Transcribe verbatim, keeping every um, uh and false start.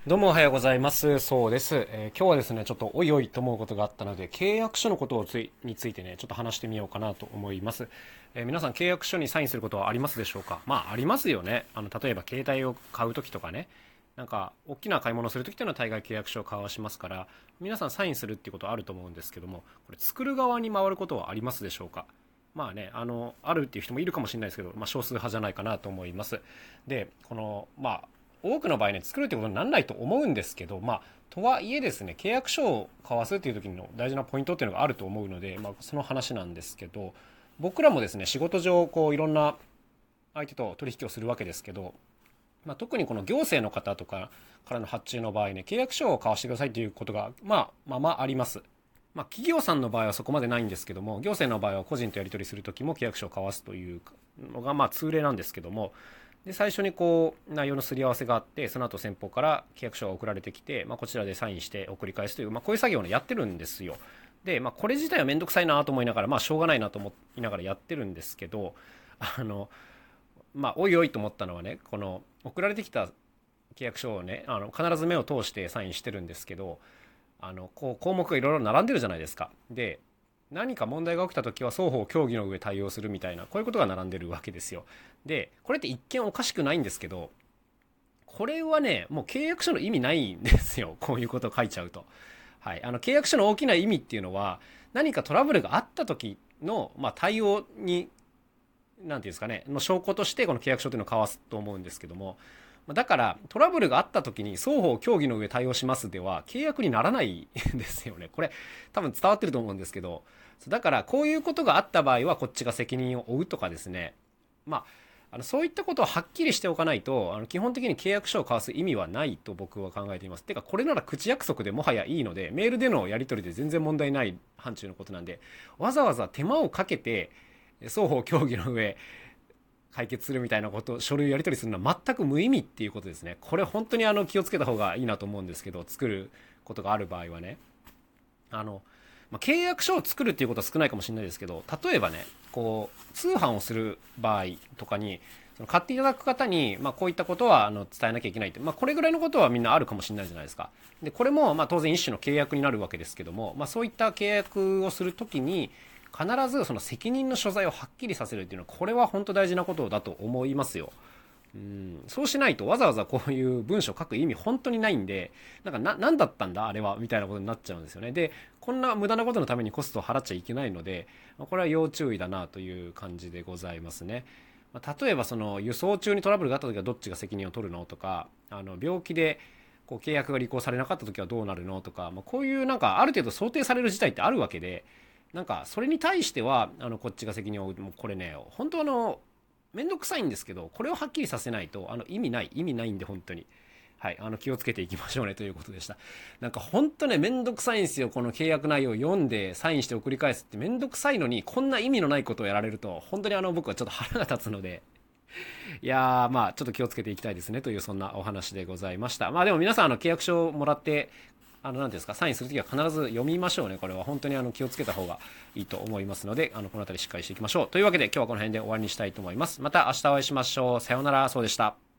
どうもおはようございます。そうです。えー今日はですね、ちょっとおいおいと思うことがあったので、契約書のことをついについてね、ちょっと話してみようかなと思います。えー皆さん契約書にサインすることはありますでしょうか？まあ、ありますよね。あの、例えば携帯を買うときとかね、なんか、大きな買い物をするときっていうのは大概契約書を交わしますから、皆さんサインするっていうことはあると思うんですけども、これ作る側に回ることはありますでしょうか？まあね、あの、あるっていう人もいるかもしれないですけど、まあ、少数派じゃないかなと思います。で、この、まあ、多くの場合ね、作るってことにならないと思うんですけど、まあ、とはいえですね、契約書を交わすっていう時の大事なポイントっていうのがあると思うので、まあ、その話なんですけど、僕らもですね、仕事上、こう、いろんな相手と取引をするわけですけど、まあ、特にこの行政の方とかからの発注の場合ね、契約書を交わしてくださいということが、まあ、まあまああります。まあ、企業さんの場合はそこまでないんですけども、行政の場合は個人とやり取りするときも契約書を交わすというのがまあ通例なんですけども、で最初にこう内容のすり合わせがあって、その後先方から契約書が送られてきて、まあ、こちらでサインして送り返すという、まあ、こういう作業を、ね、やってるんですよ。で、まあ、これ自体はめんどくさいなと思いながら、まあ、しょうがないなと思いながらやってるんですけど、あの、まあ、おいおいと思ったのはね、この送られてきた契約書をね、あの必ず目を通してサインしてるんですけど、あのこう項目がいろいろ並んでるじゃないですか。で、何か問題が起きた時は双方協議の上対応するみたいな、こういうことが並んでるわけですよ。で、これって一見おかしくないんですけど、これはね、もう契約書の意味ないんですよ。こういうことを書いちゃうと。はい。あの、契約書の大きな意味っていうのは、何かトラブルがあった時の、まあ、対応に、なんていうんですかね、の証拠としてこの契約書というのを交わすと思うんですけども、だからトラブルがあった時に双方協議の上対応しますでは契約にならないんですよね。これ多分伝わってると思うんですけど、だからこういうことがあった場合はこっちが責任を負うとかですね、まああのそういったことをはっきりしておかないと、あの基本的に契約書を交わす意味はないと僕は考えています。てかこれなら口約束でもはやいいので、メールでのやり取りで全然問題ない範疇のことなんで、わざわざ手間をかけて双方協議の上解決するみたいなこと、書類やり取りするのは全く無意味っていうことですね。これ本当にあの気をつけた方がいいなと思うんですけど、作ることがある場合はね。あの、まあ、契約書を作るっていうことは少ないかもしれないですけど、例えばね、こう、通販をする場合とかに、その買っていただく方に、まあ、こういったことはあの伝えなきゃいけないって、まあ、これぐらいのことはみんなあるかもしれないじゃないですか。で、これもまあ当然一種の契約になるわけですけども、まあ、そういった契約をするときに、必ずその責任の所在をはっきりさせるっていうのは、これは本当大事なことだと思いますよ。うん、そうしないとわざわざこういう文章を書く意味本当にないんで、なんかな、何だったんだあれはみたいなことになっちゃうんですよね。で、こんな無駄なことのためにコストを払っちゃいけないので、これは要注意だなという感じでございますね。例えばその輸送中にトラブルがあった時はどっちが責任を取るのとか、あの病気でこう契約が履行されなかった時はどうなるのとか、まあ、こういうなんかある程度想定される事態ってあるわけで、なんかそれに対してはあのこっちが責任を負う、もうこれね、本当あのめんどくさいんですけど、これをはっきりさせないとあの意味ない意味ないんで、本当に。はい、あの気をつけていきましょうねということでした。なんか本当ね、めんどくさいんですよ。この契約内容を読んでサインして送り返すってめんどくさいのに、こんな意味のないことをやられると本当にあの僕はちょっと腹が立つので、いやー、まあちょっと気をつけていきたいですねという、そんなお話でございました。まあでも皆さん、あの契約書をもらってあの、なんていうんですか、サインするときは必ず読みましょうね。これは本当にあの気をつけた方がいいと思いますので、あのこの辺りしっかりしていきましょう。というわけで今日はこの辺で終わりにしたいと思います。また明日お会いしましょう。さようなら。そうでした。